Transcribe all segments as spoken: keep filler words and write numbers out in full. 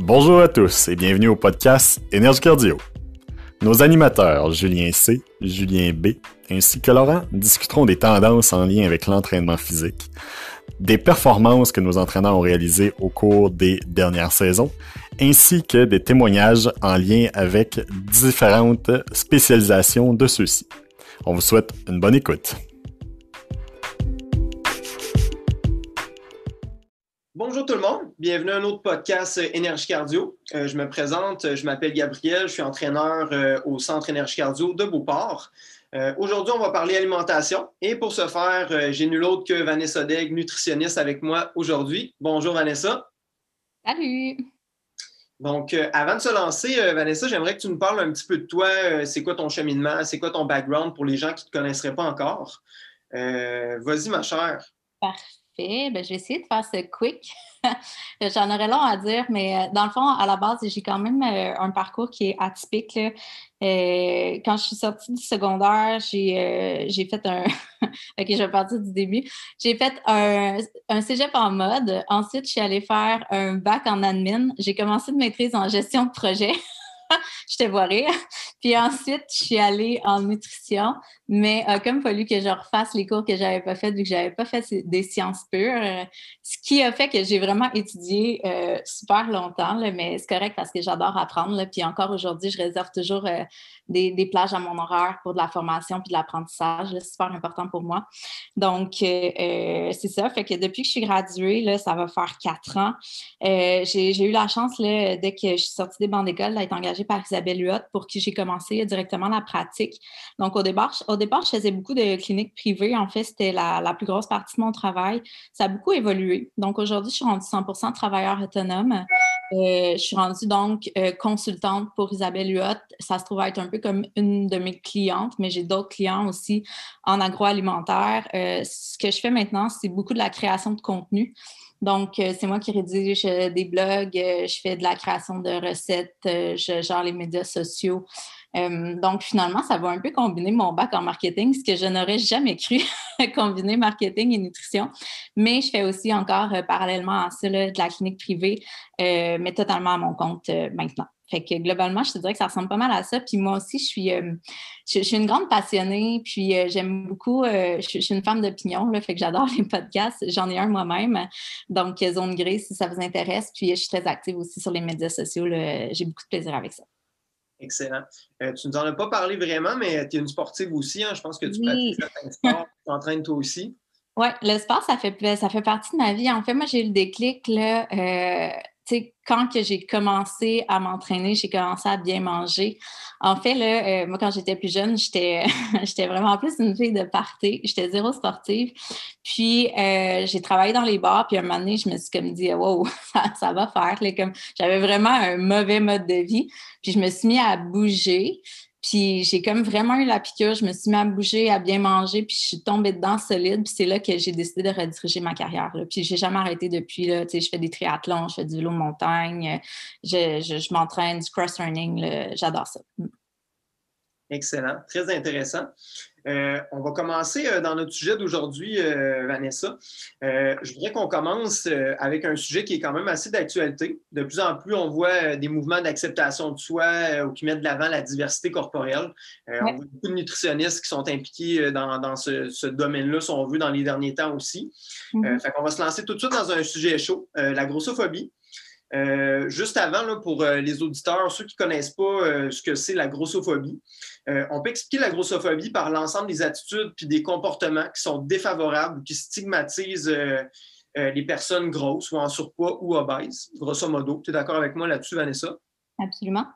Bonjour à tous et bienvenue au podcast Énergie Cardio. Nos animateurs Julien C, Julien B ainsi que Laurent discuteront des tendances en lien avec l'entraînement physique, des performances que nos entraîneurs ont réalisées au cours des dernières saisons, ainsi que des témoignages en lien avec différentes spécialisations de ceux-ci. On vous souhaite une bonne écoute. Bonjour tout le monde, bienvenue à un autre podcast Énergie Cardio. Euh, je me présente, je m'appelle Gabriel, je suis entraîneur euh, au Centre Énergie Cardio de Beauport. Euh, aujourd'hui, on va parler alimentation et pour ce faire, euh, j'ai nul autre que Vanessa Daigle, nutritionniste avec moi aujourd'hui. Bonjour Vanessa. Salut! Donc, euh, avant de se lancer, euh, Vanessa, j'aimerais que tu nous parles un petit peu de toi. Euh, c'est quoi ton cheminement? C'est quoi ton background pour les gens qui ne te connaisseraient pas encore? Euh, vas-y, ma chère. Parfait. Ben, je vais essayer de faire ce quick. J'en aurais long à dire, mais dans le fond, à la base, j'ai quand même euh, un parcours qui est atypique. Là. Euh, quand je suis sortie du secondaire, j'ai, euh, j'ai fait un... OK, je vais partir du début. J'ai fait un, un cégep en mode. Ensuite, je suis allée faire un bac en admin. J'ai commencé une maîtrise en gestion de projet. Je te vois rire. Puis ensuite, je suis allée en nutrition, mais il a comme fallu que je refasse les cours que je n'avais pas fait vu que je n'avais pas fait des sciences pures, euh, ce qui a fait que j'ai vraiment étudié euh, super longtemps, là, mais c'est correct parce que j'adore apprendre. Là, puis encore aujourd'hui, je réserve toujours euh, des, des plages à mon horaire pour de la formation puis de l'apprentissage. Là, c'est super important pour moi. Donc, euh, euh, c'est ça. Fait que depuis que je suis graduée, là, ça va faire quatre ans. Euh, j'ai, j'ai eu la chance, là, dès que je suis sortie des bancs d'école, d'être engagée par Isabelle Huot pour qui j'ai commencé directement la pratique. Donc, au départ, au départ, je faisais beaucoup de cliniques privées. En fait, c'était la, la plus grosse partie de mon travail. Ça a beaucoup évolué. Donc, aujourd'hui, je suis rendue cent pour cent travailleur autonome. Euh, je suis rendue donc euh, consultante pour Isabelle Huot. Ça se trouve être un peu comme une de mes clientes, mais j'ai d'autres clients aussi en agroalimentaire. Euh, ce que je fais maintenant, c'est beaucoup de la création de contenu. Donc, euh, c'est moi qui rédige euh, des blogs, euh, je fais de la création de recettes, euh, je gère les médias sociaux. Euh, donc, finalement, ça va un peu combiner mon bac en marketing, ce que je n'aurais jamais cru, combiner marketing et nutrition. Mais je fais aussi encore, euh, parallèlement à ça, là, de la clinique privée, euh, mais totalement à mon compte euh, maintenant. Fait que globalement, je te dirais que ça ressemble pas mal à ça. Puis moi aussi, je suis, euh, je, je suis une grande passionnée. Puis euh, j'aime beaucoup, euh, je, je suis une femme d'opinion, là, fait que j'adore les podcasts. J'en ai un moi-même. Donc, Zone Grise, si ça vous intéresse. Puis je suis très active aussi sur les médias sociaux. Là. J'ai beaucoup de plaisir avec ça. Excellent. Euh, tu nous en as pas parlé vraiment, mais tu es une sportive aussi. Hein? Je pense que tu Oui. pratiques certains sports. Tu t'entraînes toi aussi. Oui, le sport, ça fait, ça fait partie de ma vie. En fait, moi, j'ai eu le déclic, là, euh, tu sais, quand que j'ai commencé à m'entraîner, j'ai commencé à bien manger. En fait, là, euh, moi, quand j'étais plus jeune, j'étais, j'étais vraiment plus une fille de party. J'étais zéro sportive. Puis, euh, j'ai travaillé dans les bars, puis un moment donné, je me suis comme dit, wow, ça, ça va faire. Là, comme, j'avais vraiment un mauvais mode de vie. Puis, je me suis mis à bouger. Puis j'ai comme vraiment eu la piqûre, je me suis mis à bouger, à bien manger, puis je suis tombée dedans solide, puis c'est là que j'ai décidé de rediriger ma carrière. Là. Puis j'ai jamais arrêté depuis, là. Tu sais, je fais des triathlons, je fais du vélo de montagne, je, je, je m'entraîne, du cross-training, j'adore ça. Excellent, très intéressant. Euh, on va commencer euh, dans notre sujet d'aujourd'hui, euh, Vanessa. Euh, je voudrais qu'on commence euh, avec un sujet qui est quand même assez d'actualité. De plus en plus, on voit euh, des mouvements d'acceptation de soi euh, qui mettent de l'avant la diversité corporelle. Euh, ouais. On voit beaucoup de nutritionnistes qui sont impliqués dans, dans ce, ce domaine-là, si on veut, dans les derniers temps aussi. Mm-hmm. euh, fait qu'on va se lancer tout de suite dans un sujet chaud, euh, la grossophobie. Euh, juste avant, là, pour euh, les auditeurs, ceux qui ne connaissent pas euh, ce que c'est la grossophobie, euh, on peut expliquer la grossophobie par l'ensemble des attitudes puis des comportements qui sont défavorables, qui stigmatisent euh, euh, les personnes grosses ou en surpoids ou obèses, grosso modo. Tu es d'accord avec moi là-dessus, Vanessa? Absolument.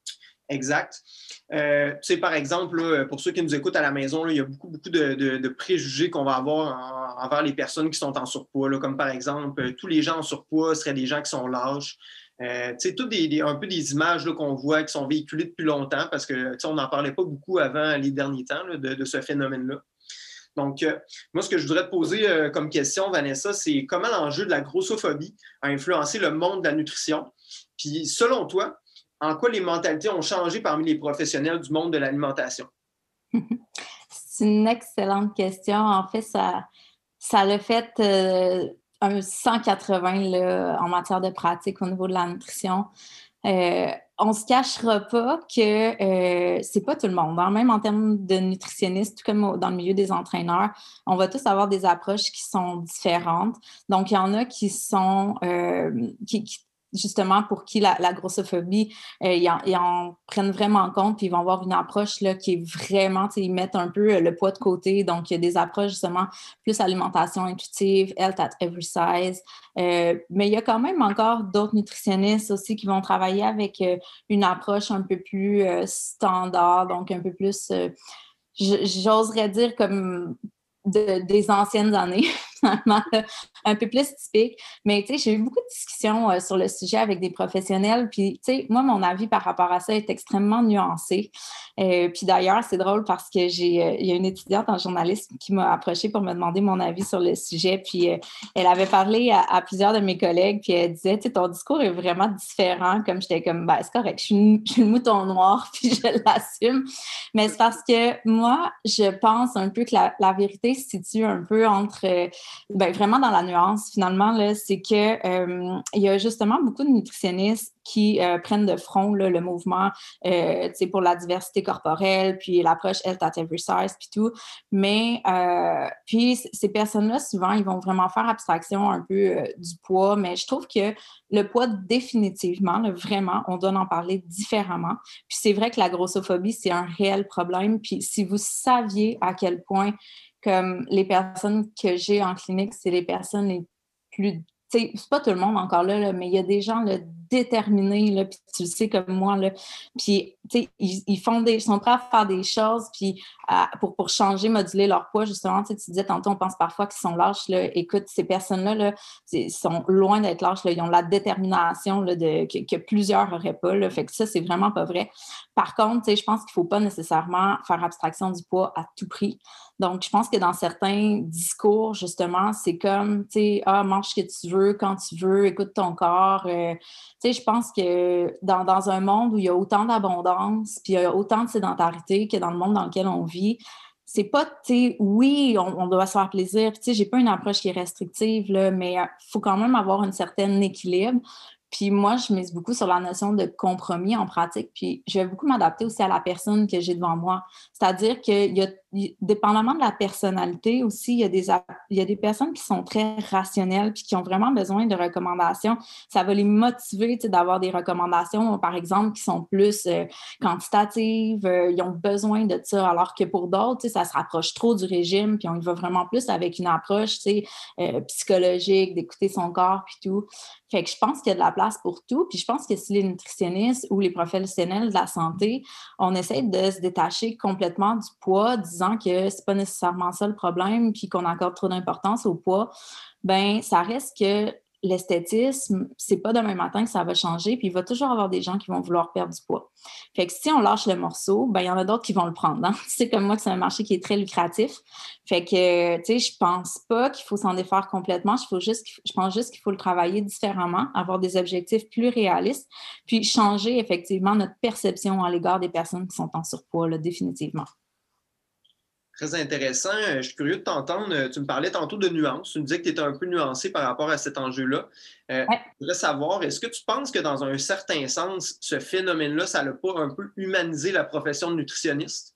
Exact. Euh, tu sais, par exemple, là, pour ceux qui nous écoutent à la maison, là, il y a beaucoup, beaucoup de, de, de préjugés qu'on va avoir en, envers les personnes qui sont en surpoids, là, comme par exemple, euh, tous les gens en surpoids seraient des gens qui sont lâches. Euh, tu sais, toutes des, des, un peu des images là, qu'on voit qui sont véhiculées depuis longtemps parce que, tu sais, on n'en parlait pas beaucoup avant les derniers temps là, de, de ce phénomène-là. Donc, euh, moi, ce que je voudrais te poser euh, comme question, Vanessa, c'est comment l'enjeu de la grossophobie a influencé le monde de la nutrition? Puis, selon toi, en quoi les mentalités ont changé parmi les professionnels du monde de l'alimentation? C'est une excellente question. En fait, ça, ça l'a fait, euh, un cent quatre-vingts là, en matière de pratique au niveau de la nutrition. Euh, on se cachera pas que euh, c'est pas tout le monde, hein. Même en termes de nutritionnistes, tout comme dans le milieu des entraîneurs, on va tous avoir des approches qui sont différentes. Donc, il y en a qui sont euh, qui, qui justement pour qui la, la grossophobie, euh, ils, en, ils en prennent vraiment compte, puis ils vont avoir une approche là, qui est vraiment, tu sais, ils mettent un peu le poids de côté. Donc, il y a des approches justement plus alimentation intuitive, health at every size. Euh, mais il y a quand même encore d'autres nutritionnistes aussi qui vont travailler avec euh, une approche un peu plus euh, standard, donc un peu plus, euh, j'oserais dire comme de, des anciennes années, finalement, un peu plus typique. Mais tu sais, j'ai eu beaucoup de discussions euh, sur le sujet avec des professionnels. Puis, tu sais, moi, mon avis par rapport à ça est extrêmement nuancé. Euh, puis d'ailleurs, c'est drôle parce que j'ai, euh, il y a une étudiante en journalisme qui m'a approchée pour me demander mon avis sur le sujet. Puis, euh, elle avait parlé à, à plusieurs de mes collègues. Puis, elle disait, tu sais, ton discours est vraiment différent. Comme j'étais comme, ben, c'est correct, je suis, une, je suis le mouton noir, puis je l'assume. Mais c'est parce que moi, je pense un peu que la, la vérité se situe un peu entre, euh, ben, vraiment dans la nuance, finalement, là, c'est que euh, il y a justement beaucoup de nutritionnistes qui euh, prennent de front là, le mouvement euh, pour la diversité corporelle, puis l'approche Health at Every Size, puis tout. Mais euh, puis ces personnes-là, souvent, ils vont vraiment faire abstraction un peu euh, du poids, mais je trouve que le poids, définitivement, là, vraiment, on doit en parler différemment. Puis c'est vrai que la grossophobie, c'est un réel problème. Puis si vous saviez à quel point comme les personnes que j'ai en clinique, c'est les personnes les plus... Tu sais, c'est pas tout le monde encore là, là mais il y a des gens là, déterminés, là, puis tu le sais comme moi, là, puis tu sais, ils, ils font des, ils sont prêts à faire des choses, puis à, pour, pour changer, moduler leur poids, justement, tu sais, tu disais tantôt, on pense parfois qu'ils sont lâches, là. Écoute, ces personnes-là, là, ils sont loin d'être lâches, là. Ils ont la détermination là, de, que, que plusieurs n'auraient pas, là. Fait que ça, c'est vraiment pas vrai. Par contre, tu sais, je pense qu'il faut pas nécessairement faire abstraction du poids à tout prix. Donc, je pense que dans certains discours, justement, c'est comme, tu sais, ah, mange ce que tu veux, quand tu veux, écoute ton corps. Euh, tu sais, je pense que dans, dans un monde où il y a autant d'abondance, puis il y a autant de sédentarité que dans le monde dans lequel on vit, c'est pas, tu sais, oui, on, on doit se faire plaisir. Tu sais, j'ai pas une approche qui est restrictive, là, mais il faut quand même avoir un certain équilibre. Puis moi, je mise beaucoup sur la notion de compromis en pratique. Puis je vais beaucoup m'adapter aussi à la personne que j'ai devant moi. C'est-à-dire qu'il y a, dépendamment de la personnalité aussi, il y a des, il y a des personnes qui sont très rationnelles puis qui ont vraiment besoin de recommandations. Ça va les motiver, tu sais, d'avoir des recommandations, par exemple, qui sont plus euh, quantitatives. Euh, ils ont besoin de ça. Alors que pour d'autres, tu sais, ça se rapproche trop du régime puis on y va vraiment plus avec une approche, tu sais, euh, psychologique, d'écouter son corps puis tout. Fait que je pense qu'il y a de la place pour tout. Puis je pense que si les nutritionnistes ou les professionnels de la santé, on essaie de se détacher complètement du poids, disant que c'est pas nécessairement ça le problème, puis qu'on accorde trop d'importance au poids, ben ça reste que l'esthétisme, c'est pas demain matin que ça va changer, puis il va toujours avoir des gens qui vont vouloir perdre du poids. Fait que si on lâche le morceau, ben il y en a d'autres qui vont le prendre. Hein? C'est comme moi que c'est un marché qui est très lucratif. Fait que, tu sais, je pense pas qu'il faut s'en défaire complètement. Je, faut juste, je pense juste qu'il faut le travailler différemment, avoir des objectifs plus réalistes, puis changer effectivement notre perception à l'égard des personnes qui sont en surpoids, là, définitivement. Très intéressant. Je suis curieux de t'entendre. Tu me parlais tantôt de nuances. Tu me disais que tu étais un peu nuancé par rapport à cet enjeu-là. Euh, ouais. Je voudrais savoir, est-ce que tu penses que dans un certain sens, ce phénomène-là, ça n'a pas un peu humanisé la profession de nutritionniste?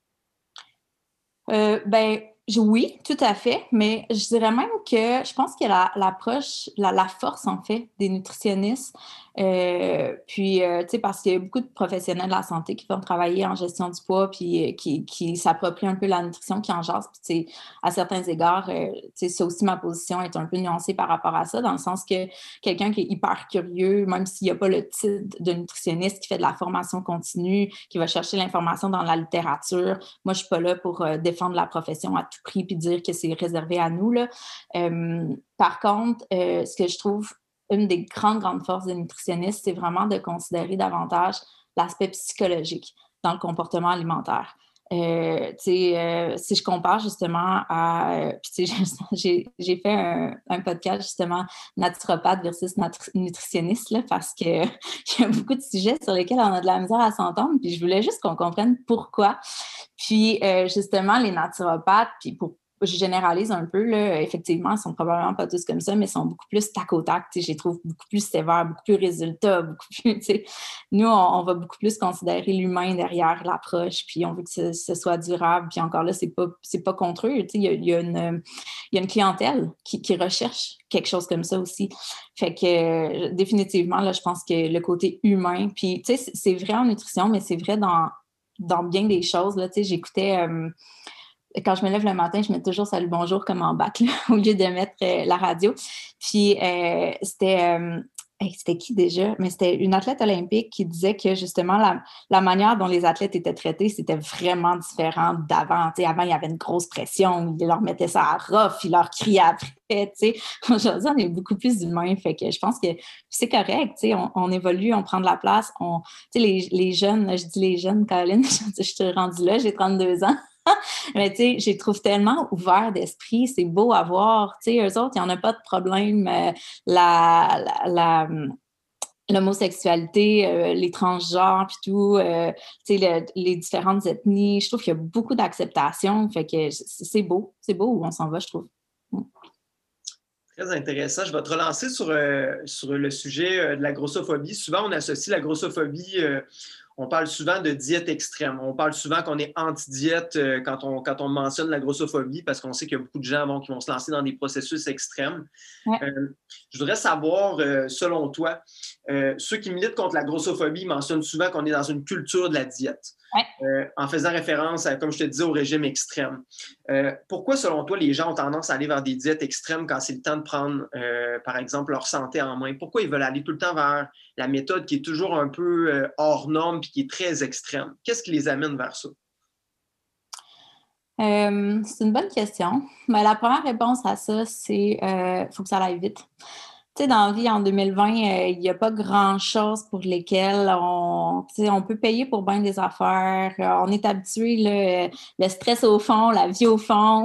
Euh, ben, oui, tout à fait, mais je dirais même que je pense que la, l'approche, la, la force, en fait, des nutritionnistes, euh, puis, euh, tu sais, parce qu'il y a beaucoup de professionnels de la santé qui vont travailler en gestion du poids, puis euh, qui, qui s'approprient un peu la nutrition, qui en jasent, puis, tu sais, à certains égards, euh, tu sais, c'est aussi ma position est un peu nuancée par rapport à ça, dans le sens que quelqu'un qui est hyper curieux, même s'il n'y a pas le titre de nutritionniste, qui fait de la formation continue, qui va chercher l'information dans la littérature, moi, je suis pas là pour euh, défendre la profession à tout prix puis dire que c'est réservé à nous, là. Euh, par contre, euh, ce que je trouve une des grandes, grandes forces des nutritionnistes, c'est vraiment de considérer davantage l'aspect psychologique dans le comportement alimentaire. Euh, euh, si je compare justement à... Euh, j'ai, j'ai fait un, un podcast justement naturopathe versus nutri- nutritionniste là, parce qu'il y a beaucoup de sujets sur lesquels on a de la misère à s'entendre, puis je voulais juste qu'on comprenne pourquoi. Puis euh, justement, les naturopathes, puis pour je généralise un peu, là, effectivement, ils sont probablement pas tous comme ça, mais ils sont beaucoup plus tac au tac, tu sais, je les trouve beaucoup plus sévères, beaucoup plus résultats, beaucoup plus, tu sais. Nous, on, on va beaucoup plus considérer l'humain derrière l'approche, puis on veut que ce, ce soit durable, puis encore là, c'est pas, c'est pas contre eux, tu sais, il y a, il y a une, il y a une clientèle qui, qui recherche quelque chose comme ça aussi. Fait que, euh, définitivement, là, je pense que le côté humain, puis, tu sais, c'est, c'est vrai en nutrition, mais c'est vrai dans, dans bien des choses, là, tu sais, j'écoutais... Euh, quand je me lève le matin, je mets toujours salut bonjour comme en bac, là, au lieu de mettre euh, la radio. Puis euh, c'était, euh, hey, c'était qui déjà? Mais c'était une athlète olympique qui disait que justement la, la manière dont les athlètes étaient traités, c'était vraiment différent d'avant. Tu sais, avant, il y avait une grosse pression, ils leur mettaient ça à rough, ils leur criaient après. Tu sais. Aujourd'hui, on est beaucoup plus humains. Fait que je pense que c'est correct. Tu sais, on, on évolue, on prend de la place. On, tu sais, les, les jeunes, je dis les jeunes, Colin, je suis rendue là, j'ai trente-deux ans. Mais tu sais, je les trouve tellement ouverts d'esprit, c'est beau à voir. Tu sais, eux autres, il n'y en a pas de problème. Euh, la, la, la, l'homosexualité, euh, les transgenres, puis tout, euh, tu sais, le, les différentes ethnies, je trouve qu'il y a beaucoup d'acceptation. Fait que c'est, c'est beau, c'est beau où on s'en va, je trouve. Mm. Très intéressant. Je vais te relancer sur, euh, sur le sujet euh, de la grossophobie. Souvent, on associe la grossophobie... Euh, On parle souvent de diète extrême. On parle souvent qu'on est anti-diète euh, quand, on, quand on mentionne la grossophobie parce qu'on sait qu'il y a beaucoup de gens bon, qui vont se lancer dans des processus extrêmes. Ouais. Euh, je voudrais savoir, euh, selon toi, euh, ceux qui militent contre la grossophobie mentionnent souvent qu'on est dans une culture de la diète. Ouais. Euh, en faisant référence, à, comme je te disais, au régime extrême. Euh, pourquoi, selon toi, les gens ont tendance à aller vers des diètes extrêmes quand c'est le temps de prendre, euh, par exemple, leur santé en main? Pourquoi ils veulent aller tout le temps vers la méthode qui est toujours un peu euh, hors norme et qui est très extrême? Qu'est-ce qui les amène vers ça? Euh, c'est une bonne question. Mais la première réponse à ça, c'est euh, faut que ça aille vite. Tu sais, dans la vie, en deux mille vingt, euh, il n'y a pas grand-chose pour lesquelles on, on peut payer pour bien des affaires. Euh, on est habitué, là, le stress au fond, la vie au fond.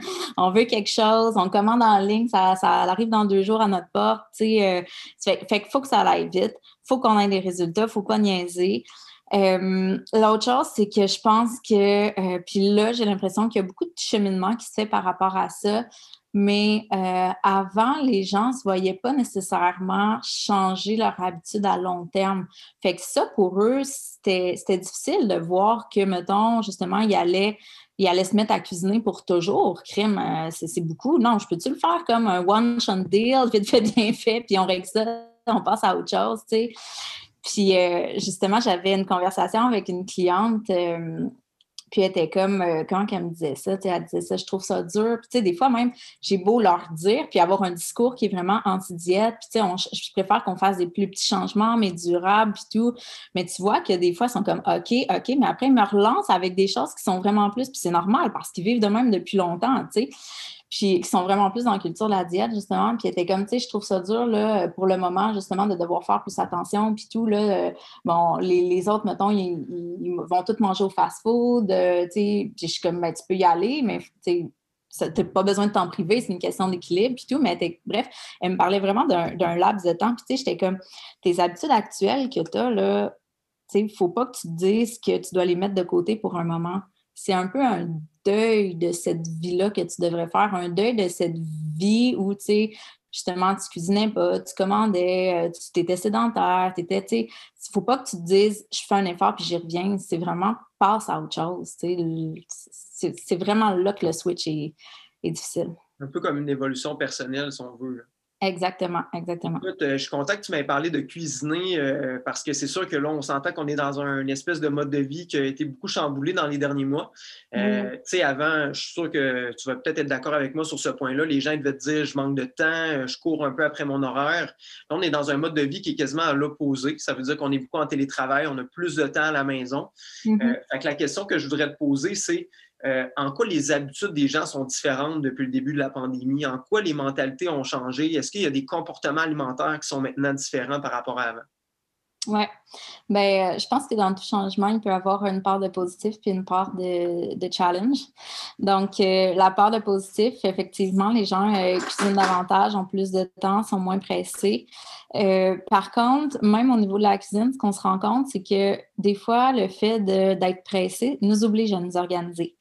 On veut quelque chose, on commande en ligne, ça, ça arrive dans deux jours à notre porte. Euh, fait, fait qu'il faut que ça aille vite. Il faut qu'on ait des résultats, il ne faut pas niaiser. Euh, l'autre chose, c'est que je pense que, euh, puis là, j'ai l'impression qu'il y a beaucoup de cheminement qui se fait par rapport à ça. Mais euh, avant, les gens ne se voyaient pas nécessairement changer leur habitude à long terme. Fait que ça, pour eux, c'était, c'était difficile de voir que, mettons, justement, ils allaient, ils allaient se mettre à cuisiner pour toujours. Crime, euh, c'est, c'est beaucoup. Non, je peux-tu le faire comme un one-shot deal, vite fait, bien fait, puis on règle ça, on passe à autre chose, tu sais. Puis, euh, justement, j'avais une conversation avec une cliente... Euh, Puis elle était comme, euh, comment qu'elle me disait ça? T'sais, elle disait ça, je trouve ça dur. Puis tu sais, des fois même, j'ai beau leur dire, puis avoir un discours qui est vraiment anti-diète. Puis tu sais, on, je préfère qu'on fasse des plus petits changements, mais durables, puis tout. Mais tu vois que des fois, ils sont comme, OK, OK, mais après, ils me relancent avec des choses qui sont vraiment plus, puis c'est normal, parce qu'ils vivent de même depuis longtemps, tu sais. Puis qui sont vraiment plus dans la culture de la diète, justement. Puis elle était comme, tu sais, je trouve ça dur, là, pour le moment, justement, de devoir faire plus attention, puis tout, là. Euh, bon, les, les autres, mettons, ils, ils vont tous manger au fast-food, euh, tu sais. Puis je suis comme, ben, tu peux y aller, mais, tu sais, tu n'as pas besoin de t'en priver, c'est une question d'équilibre, puis tout. Mais elle, bref, elle me parlait vraiment d'un, d'un laps de temps. Puis, tu sais, j'étais comme, tes habitudes actuelles que tu as, là, tu sais, il ne faut pas que tu te dises que tu dois les mettre de côté pour un moment. C'est un peu un deuil de cette vie-là que tu devrais faire, un deuil de cette vie où, tu sais, justement, tu cuisinais pas, tu commandais, tu étais sédentaire, tu étais, tu sais, il ne faut pas que tu te dises, je fais un effort puis j'y reviens. C'est vraiment, passe à autre chose, tu sais. C'est, c'est vraiment là que le switch est, est difficile. Un peu comme une évolution personnelle, si on veut, là. Exactement, exactement. Écoute, je suis content que tu m'aies parlé de cuisiner euh, parce que c'est sûr que là, on s'entend qu'on est dans un, une espèce de mode de vie qui a été beaucoup chamboulé dans les derniers mois. Euh, mm. Tu sais, avant, je suis sûr que tu vas peut-être être d'accord avec moi sur ce point-là. Les gens devaient te dire, je manque de temps, je cours un peu après mon horaire. Là, on est dans un mode de vie qui est quasiment à l'opposé. Ça veut dire qu'on est beaucoup en télétravail, on a plus de temps à la maison. Mm-hmm. Euh, fait que la question que je voudrais te poser, c'est Euh, en quoi les habitudes des gens sont différentes depuis le début de la pandémie? En quoi les mentalités ont changé? Est-ce qu'il y a des comportements alimentaires qui sont maintenant différents par rapport à avant? Oui. Bien, je pense que dans tout changement, il peut y avoir une part de positif puis une part de, de challenge. Donc, euh, la part de positif, effectivement, les gens euh, cuisinent davantage, ont plus de temps, sont moins pressés. Euh, par contre, même au niveau de la cuisine, ce qu'on se rend compte, c'est que des fois, le fait de, d'être pressé nous oblige à nous organiser.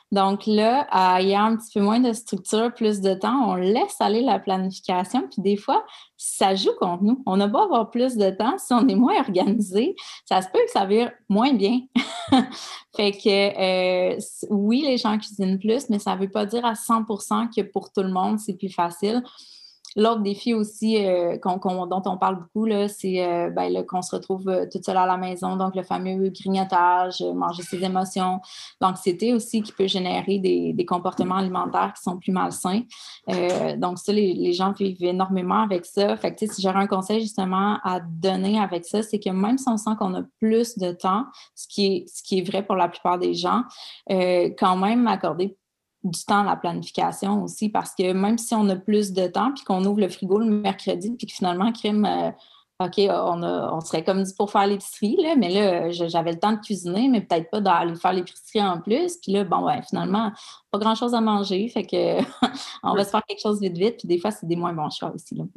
Donc là, ayant un petit peu moins de structure, plus de temps, on laisse aller la planification. Puis des fois, ça joue contre nous. On n'a pas avoir plus de temps. Si on est moins organisé, ça se peut que ça vire moins bien. Fait que euh, oui, les gens cuisinent plus, mais ça ne veut pas dire à cent pour cent que pour tout le monde, c'est plus facile. L'autre défi aussi euh, qu'on, qu'on, dont on parle beaucoup, là, c'est euh, ben, là, qu'on se retrouve euh, toute seule à la maison, donc le fameux grignotage, euh, manger ses émotions, l'anxiété aussi qui peut générer des, des comportements alimentaires qui sont plus malsains. Euh, donc ça, les, les gens vivent énormément avec ça. Fait que si j'aurais un conseil justement à donner avec ça, c'est que même si on sent qu'on a plus de temps, ce qui est, ce qui est vrai pour la plupart des gens, euh, quand même accorder du temps à la planification aussi, parce que même si on a plus de temps puis qu'on ouvre le frigo le mercredi puis que finalement, crime, euh, OK, on, a, on serait comme dit pour faire l'épicerie, là, mais là, j'avais le temps de cuisiner, mais peut-être pas d'aller faire l'épicerie en plus. Puis là, bon, ouais, finalement, pas grand-chose à manger, fait que on va se faire quelque chose vite, vite, puis des fois, c'est des moins bons choix aussi, là.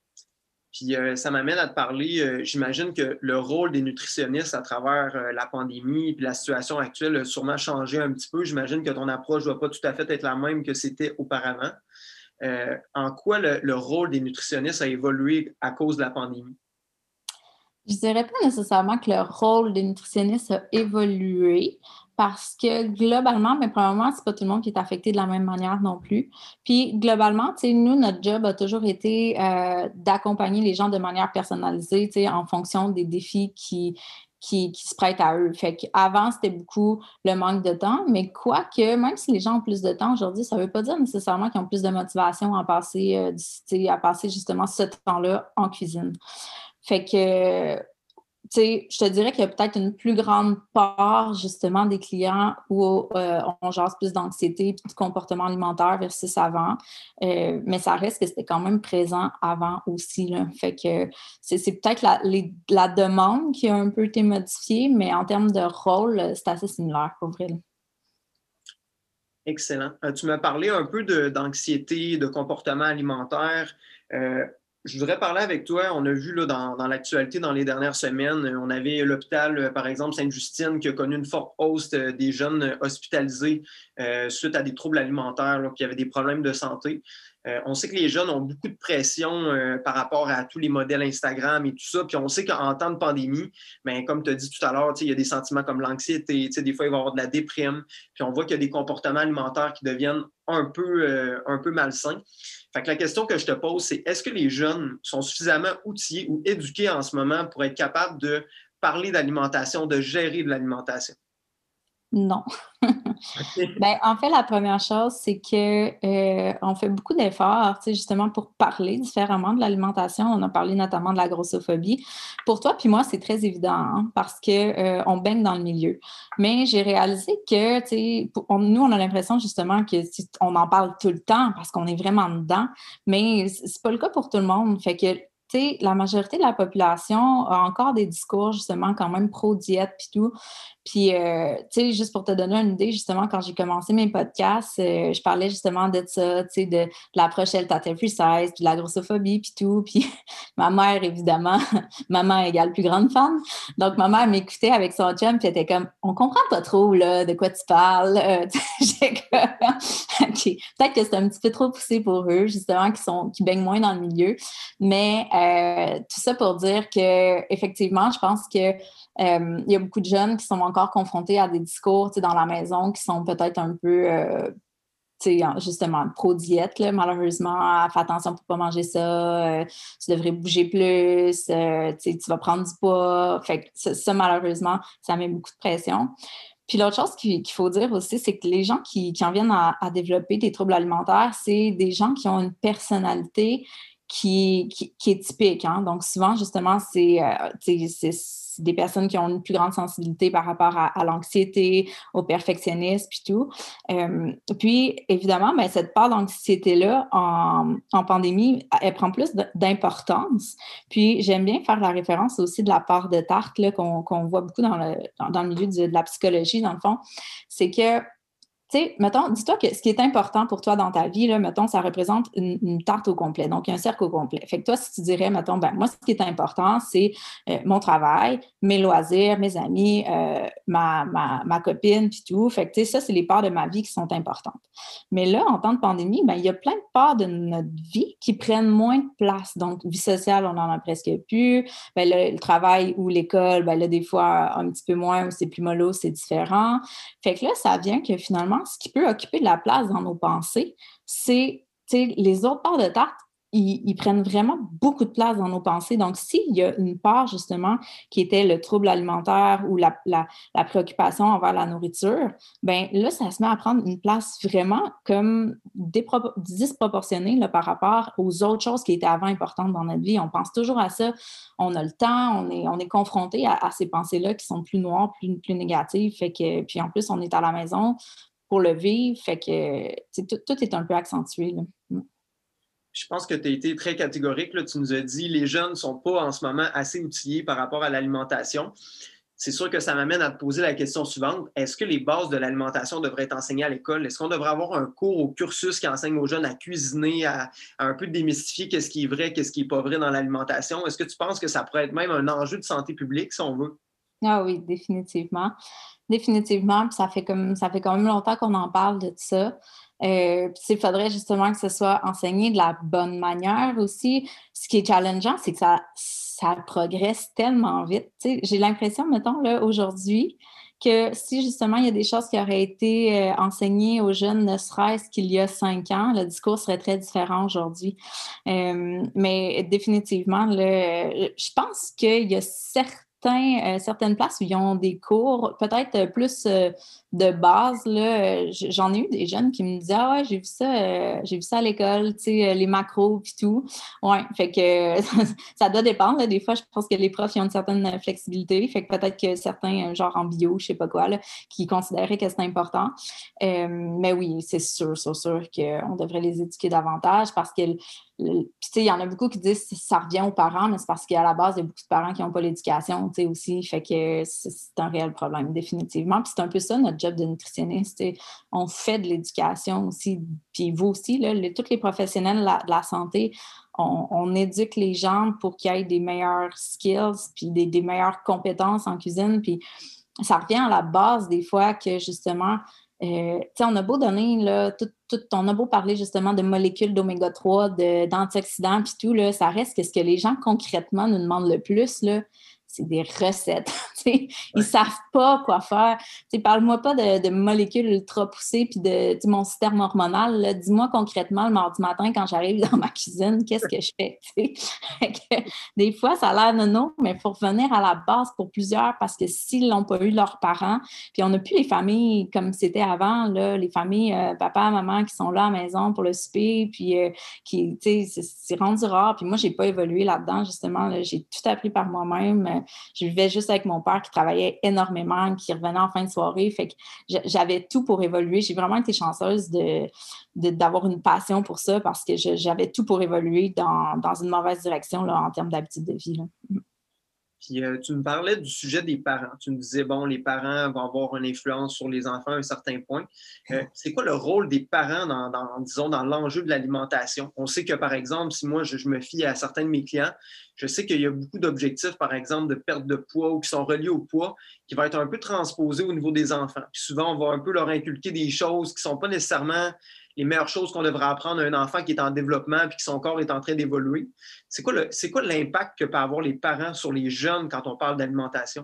Puis euh, ça m'amène à te parler, euh, j'imagine que le rôle des nutritionnistes à travers euh, la pandémie et la situation actuelle a sûrement changé un petit peu. J'imagine que ton approche ne doit pas tout à fait être la même que c'était auparavant. Euh, en quoi le, le rôle des nutritionnistes a évolué à cause de la pandémie? Je dirais pas nécessairement que le rôle des nutritionnistes a évolué parce que globalement, mais probablement, c'est pas tout le monde qui est affecté de la même manière non plus. Puis globalement, tu sais, nous, notre job a toujours été euh, d'accompagner les gens de manière personnalisée, tu sais, en fonction des défis qui, qui, qui se prêtent à eux. Fait qu'avant, c'était beaucoup le manque de temps, mais quoique, même si les gens ont plus de temps aujourd'hui, ça veut pas dire nécessairement qu'ils ont plus de motivation à passer, euh, tu sais, à passer justement ce temps-là en cuisine. Fait que, tu sais, je te dirais qu'il y a peut-être une plus grande part, justement, des clients où euh, on jase plus d'anxiété et de comportement alimentaire versus avant. Euh, mais ça reste que c'était quand même présent avant aussi, là. Fait que c'est, c'est peut-être la, les, la demande qui a un peu été modifiée, mais en termes de rôle, c'est assez similaire, pour vrai, là. Excellent. Euh, tu m'as parlé un peu de, d'anxiété, de comportement alimentaire. Euh, je voudrais parler avec toi. On a vu là, dans, dans l'actualité dans les dernières semaines, on avait l'hôpital, par exemple, Sainte-Justine, qui a connu une forte hausse des jeunes hospitalisés euh, suite à des troubles alimentaires, là, puis il y avait des problèmes de santé. Euh, on sait que les jeunes ont beaucoup de pression euh, par rapport à tous les modèles Instagram et tout ça. Puis on sait qu'en temps de pandémie, bien, comme tu as dit tout à l'heure, il y a des sentiments comme l'anxiété, des fois il va y avoir de la déprime. Puis on voit qu'il y a des comportements alimentaires qui deviennent un peu, euh, un peu malsains. Fait que la question que je te pose, c'est est-ce que les jeunes sont suffisamment outillés ou éduqués en ce moment pour être capables de parler d'alimentation, de gérer de l'alimentation? Non. Ben, en fait, la première chose, c'est que euh, on fait beaucoup d'efforts, tu sais, justement, pour parler différemment de l'alimentation. On a parlé notamment de la grossophobie. Pour toi puis moi, c'est très évident, hein, parce que euh, on baigne dans le milieu. Mais j'ai réalisé que, tu sais, on, nous, on a l'impression justement que on en parle tout le temps parce qu'on est vraiment dedans, mais c'est pas le cas pour tout le monde. Fait que tu sais, la majorité de la population a encore des discours, justement, quand même pro-diète puis tout. Puis, euh, tu sais, juste pour te donner une idée, justement, quand j'ai commencé mes podcasts, euh, je parlais justement de ça, tu sais, de, de l'approche L-Tatin Free Size, puis de la grossophobie, puis tout. Puis ma mère, évidemment, maman égale plus grande fan. Donc, ma mère m'écoutait avec son chum, puis elle était comme, on comprend pas trop, là, de quoi tu parles. Euh, j'ai comme, OK, peut-être que c'est un petit peu trop poussé pour eux, justement, qui sont, qui baignent moins dans le milieu. Mais euh, tout ça pour dire que, effectivement, je pense que euh, il y a beaucoup de jeunes qui sont encore confrontés à des discours dans la maison qui sont peut-être un peu, euh, justement, pro-diète, là, malheureusement. Fais attention pour ne pas manger ça. Euh, tu devrais bouger plus. Euh, tu vas prendre du poids. Fait que ça, ça, malheureusement, ça met beaucoup de pression. Puis l'autre chose qu'il, qu'il faut dire aussi, c'est que les gens qui, qui en viennent à, à développer des troubles alimentaires, c'est des gens qui ont une personnalité qui, qui, qui est typique. Hein? Donc, souvent, justement, c'est, euh, c'est, c'est des personnes qui ont une plus grande sensibilité par rapport à, à l'anxiété, au perfectionnisme, puis tout. Euh, puis, évidemment, ben, cette part d'anxiété-là, en, en pandémie, elle prend plus d'importance. Puis, j'aime bien faire la référence aussi de la part de tarte là, qu'on, qu'on voit beaucoup dans le, dans, dans le milieu de, de la psychologie, dans le fond. C'est que Tu sais, mettons, dis-toi que ce qui est important pour toi dans ta vie, là, mettons, ça représente une, une tarte au complet, donc un cercle au complet. Fait que toi, si tu dirais, mettons, ben moi, ce qui est important, c'est euh, mon travail, mes loisirs, mes amis, euh, ma, ma, ma copine, puis tout. Fait que, tu sais, ça, c'est les parts de ma vie qui sont importantes. Mais là, en temps de pandémie, ben, il y a plein de parts de notre vie qui prennent moins de place. Donc, vie sociale, on n'en a presque plus. Ben, le, le travail ou l'école, ben, là, des fois, un petit peu moins, ou c'est plus mollo, c'est différent. Fait que là, ça vient que finalement, ce qui peut occuper de la place dans nos pensées, c'est, tu sais, les autres parts de tarte, ils, ils prennent vraiment beaucoup de place dans nos pensées. Donc, s'il y a une part, justement, qui était le trouble alimentaire ou la, la, la préoccupation envers la nourriture, bien là, ça se met à prendre une place vraiment comme dépro- disproportionnée là, par rapport aux autres choses qui étaient avant importantes dans notre vie. On pense toujours à ça. On a le temps, on est, on est confronté à, à ces pensées-là qui sont plus noires, plus, plus négatives. Fait que, puis en plus, on est à la maison pour le vivre. Fait que tout, tout est un peu accentué, là. Je pense que tu as été très catégorique. Là. Tu nous as dit que les jeunes ne sont pas en ce moment assez outillés par rapport à l'alimentation. C'est sûr que ça m'amène à te poser la question suivante. Est-ce que les bases de l'alimentation devraient être enseignées à l'école? Est-ce qu'on devrait avoir un cours au cursus qui enseigne aux jeunes à cuisiner, à, à un peu démystifier qu'est-ce qui est vrai, qu'est-ce qui n'est pas vrai dans l'alimentation? Est-ce que tu penses que ça pourrait être même un enjeu de santé publique, si on veut? Ah oui, définitivement. Définitivement. Puis ça fait comme ça fait quand même longtemps qu'on en parle de ça. Euh, puis il faudrait justement que ce soit enseigné de la bonne manière aussi. Ce qui est challengeant, c'est que ça, ça progresse tellement vite. Tu sais, j'ai l'impression, mettons, là, aujourd'hui, que si justement il y a des choses qui auraient été euh, enseignées aux jeunes, ne serait-ce qu'il y a cinq ans, le discours serait très différent aujourd'hui. Euh, mais définitivement, là, je pense qu'il y a certains Certains, euh, certaines places où ils ont des cours, peut-être plus euh, de base. Là, j'en ai eu des jeunes qui me disaient ah ouais, j'ai vu ça, euh, j'ai vu ça à l'école, tu sais, les macros puis tout. Ouais, fait que ça doit dépendre. Là. Des fois, je pense que les profs ils ont une certaine flexibilité. Fait que peut-être que certains, genre en bio, je sais pas quoi, là, qui considéraient que c'était important. Euh, mais oui, c'est sûr, c'est sûr qu'on devrait les éduquer davantage parce que puis, tu sais, il y en a beaucoup qui disent que ça revient aux parents, mais c'est parce qu'à la base, il y a beaucoup de parents qui n'ont pas l'éducation, tu sais, aussi. Fait que c'est, c'est un réel problème, définitivement. Puis c'est un peu ça, notre job de nutritionniste. T'sais. On fait de l'éducation aussi. Puis vous aussi, là, les, tous les professionnels de la, de la santé, on, on éduque les gens pour qu'ils aient des meilleurs skills, puis des, des meilleures compétences en cuisine. Puis ça revient à la base, des fois, que justement, Euh, on a beau donner, là, tout, tout, on a beau parler justement de molécules d'oméga trois, de, d'antioxydants, puis tout, là, ça reste que ce que les gens concrètement nous demandent le plus, là, c'est des recettes. Ils ne savent pas quoi faire. T'sais, parle-moi pas de, de molécules ultra poussées puis de mon système hormonal. Là. Dis-moi concrètement le mardi matin quand j'arrive dans ma cuisine, qu'est-ce que je fais? que, des fois, ça a l'air nono, mais il faut revenir à la base pour plusieurs parce que s'ils l'ont pas eu leurs parents, puis on n'a plus les familles comme c'était avant, là, les familles euh, papa, maman qui sont là à la maison pour le souper, puis euh, qui, tu sais, c'est, c'est rendu rare. Puis moi, j'ai pas évolué là-dedans, justement. Là, j'ai tout appris par moi-même. Je vivais juste avec mon père qui travaillait énormément, qui revenait en fin de soirée. Fait que j'avais tout pour évoluer. J'ai vraiment été chanceuse de, de, d'avoir une passion pour ça parce que je, j'avais tout pour évoluer dans, dans une mauvaise direction là, en termes d'habitude de vie. Là. Puis euh, tu me parlais du sujet des parents. Tu me disais, bon, les parents vont avoir une influence sur les enfants à un certain point. Euh, c'est quoi le rôle des parents dans, dans, disons, dans l'enjeu de l'alimentation? On sait que, par exemple, si moi, je, je me fie à certains de mes clients, je sais qu'il y a beaucoup d'objectifs, par exemple, de perte de poids ou qui sont reliés au poids, qui vont être un peu transposés au niveau des enfants. Puis souvent, on va un peu leur inculquer des choses qui ne sont pas nécessairement les meilleures choses qu'on devrait apprendre à un enfant qui est en développement et que son corps est en train d'évoluer. C'est quoi, le, c'est quoi l'impact que peuvent avoir les parents sur les jeunes quand on parle d'alimentation?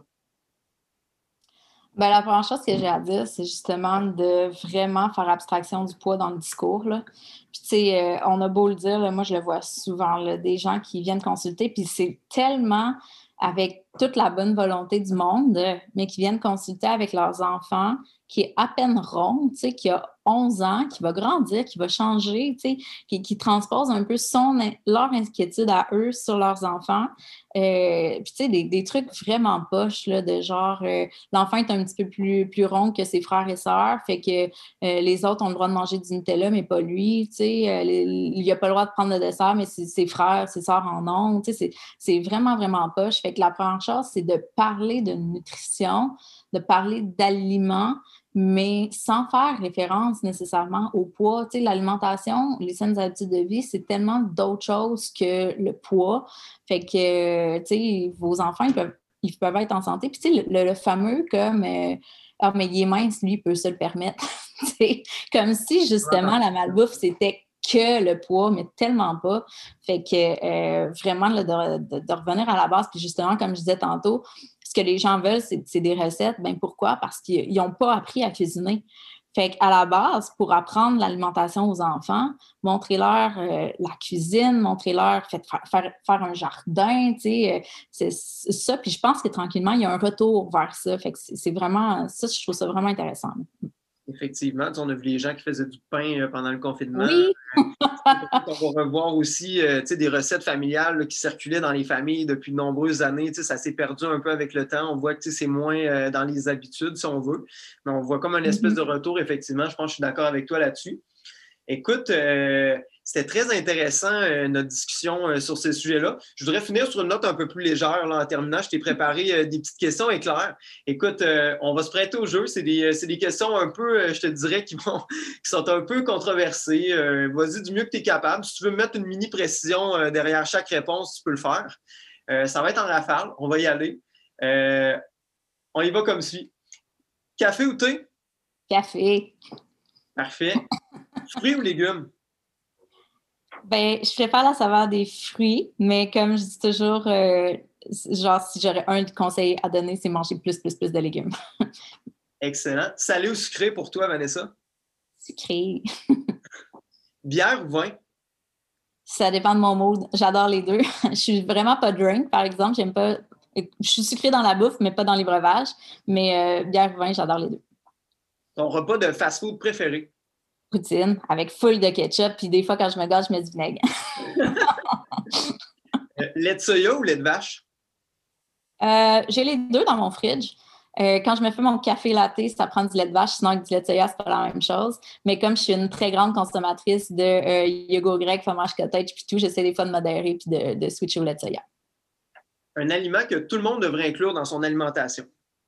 Ben, la première chose que j'ai à dire, c'est justement de vraiment faire abstraction du poids dans le discours. Là. Puis, tu sais, euh, on a beau le dire, là, moi, je le vois souvent, là, des gens qui viennent consulter, puis c'est tellement avec toute la bonne volonté du monde, mais qui viennent consulter avec leurs enfants, qui est à peine rond, tu sais, qui a onze ans, qui va grandir, qui va changer, tu sais, qui, qui transpose un peu son, leur inquiétude à eux sur leurs enfants. Euh, puis, tu sais, des, des trucs vraiment poches, là, de genre, euh, l'enfant est un petit peu plus, plus rond que ses frères et sœurs, fait que euh, les autres ont le droit de manger du Nutella, mais pas lui, tu sais, euh, il n'a pas le droit de prendre le dessert, mais ses, ses frères, ses sœurs en ont, tu sais, c'est, c'est vraiment, vraiment poche. Fait Fait que la première chose, c'est de parler de nutrition, de parler d'aliments, mais sans faire référence nécessairement au poids. Tu sais, l'alimentation, les saines habitudes de vie, c'est tellement d'autres choses que le poids. Fait que, tu sais, vos enfants, ils peuvent, ils peuvent être en santé. Puis, tu sais, le, le fameux comme euh, ah, mais il est mince, lui, il peut se le permettre. Comme si, justement, la malbouffe, c'était que le poids, mais tellement pas. Fait que euh, vraiment, là, de, de, de revenir à la base, puis justement, comme je disais tantôt, ce que les gens veulent, c'est, c'est des recettes. Ben pourquoi? Parce qu'ils n'ont pas appris à cuisiner. Fait qu'à la base, pour apprendre l'alimentation aux enfants, montrez-leur euh, la cuisine, montrez-leur faire, faire, faire un jardin, tu sais, euh, c'est, c'est ça. Puis je pense que tranquillement, il y a un retour vers ça. Fait que c'est, c'est vraiment, ça, je trouve ça vraiment intéressant. Effectivement, on a vu les gens qui faisaient du pain pendant le confinement. Oui. On va revoir aussi euh, des recettes familiales là, qui circulaient dans les familles depuis de nombreuses années. Ça s'est perdu un peu avec le temps. On voit que c'est moins euh, dans les habitudes, si on veut. Mais on voit comme un espèce mm-hmm. de retour, effectivement. Je pense que je suis d'accord avec toi là-dessus. Écoute, euh, c'était très intéressant euh, notre discussion euh, sur ces sujets-là. Je voudrais finir sur une note un peu plus légère là, en terminant. Je t'ai préparé euh, des petites questions éclairs. Écoute, euh, on va se prêter au jeu. C'est des, c'est des questions un peu, euh, je te dirais, qui, vont, qui sont un peu controversées. Euh, vas-y du mieux que tu es capable. Si tu veux me mettre une mini précision euh, derrière chaque réponse, tu peux le faire. Euh, ça va être en rafale. On va y aller. Euh, on y va comme suit. Café ou thé? Café. Parfait. Fruits ou légumes? Ben, je préfère la saveur des fruits, mais comme je dis toujours, euh, genre, si j'aurais un conseil à donner, c'est manger plus, plus, plus de légumes. Excellent. Salé ou sucré pour toi, Vanessa? Sucré. Bière ou vin? Ça dépend de mon mood. J'adore les deux. Je suis vraiment pas drink, par exemple. J'aime pas. Je suis sucrée dans la bouffe, mais pas dans les breuvages. Mais euh, bière ou vin, j'adore les deux. Ton repas de fast-food préféré? Poutine, avec full de ketchup. Puis des fois, quand je me gâte, je mets du vinaigre. Lait de soya ou lait de vache? Euh, j'ai les deux dans mon fridge. Euh, quand je me fais mon café latte, ça prend du lait de vache, sinon avec du lait de soya, c'est pas la même chose. Mais comme je suis une très grande consommatrice de euh, yogourt grec, fromage cottage, puis tout, j'essaie des fois de modérer puis de, de switcher au lait de soya. Un aliment que tout le monde devrait inclure dans son alimentation?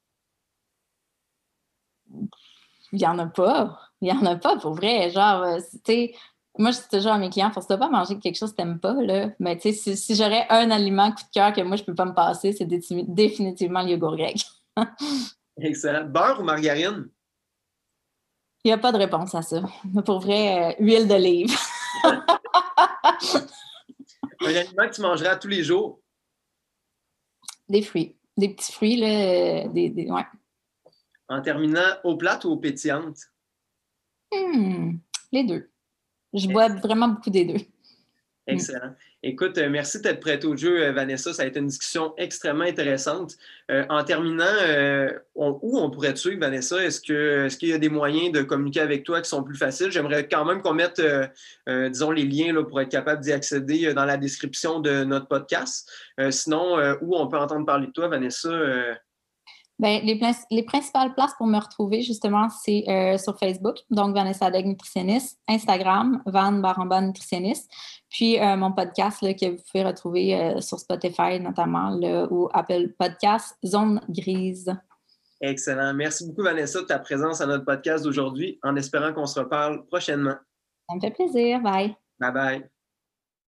Il n'y en a pas. Il n'y en a pas, pour vrai. Genre, tu sais, moi, je dis toujours à mes clients, force-toi pas à manger quelque chose que tu n'aimes pas, là. Mais tu sais, si, si j'aurais un aliment coup de cœur que moi, je ne peux pas me passer, c'est définitivement le yogourt grec. Excellent. Beurre ou margarine? Il n'y a pas de réponse à ça. Mais pour vrai, euh, huile d'olive. Un aliment que tu mangerais à tous les jours? Des fruits. Des petits fruits, là. Des, des, ouais. En terminant, eau plate ou eau pétillante? Hmm, les deux. Je bois vraiment beaucoup des deux. Excellent. Écoute, euh, merci d'être prête au jeu, euh, Vanessa. Ça a été une discussion extrêmement intéressante. Euh, en terminant, euh, on, où on pourrait te suivre, Vanessa? Est-ce que, est-ce qu'il y a des moyens de communiquer avec toi qui sont plus faciles? J'aimerais quand même qu'on mette, euh, euh, disons, les liens là, pour être capable d'y accéder dans la description de notre podcast. Euh, sinon, euh, où on peut entendre parler de toi, Vanessa? Euh... Bien, les, les principales places pour me retrouver, justement, c'est euh, sur Facebook, donc Vanessa Degg nutritionniste, Instagram, Van Baramba nutritionniste, puis euh, mon podcast là, que vous pouvez retrouver euh, sur Spotify notamment, là, ou Apple Podcast, Zone Grise. Excellent. Merci beaucoup, Vanessa, de ta présence à notre podcast d'aujourd'hui, en espérant qu'on se reparle prochainement. Ça me fait plaisir. Bye. Bye bye.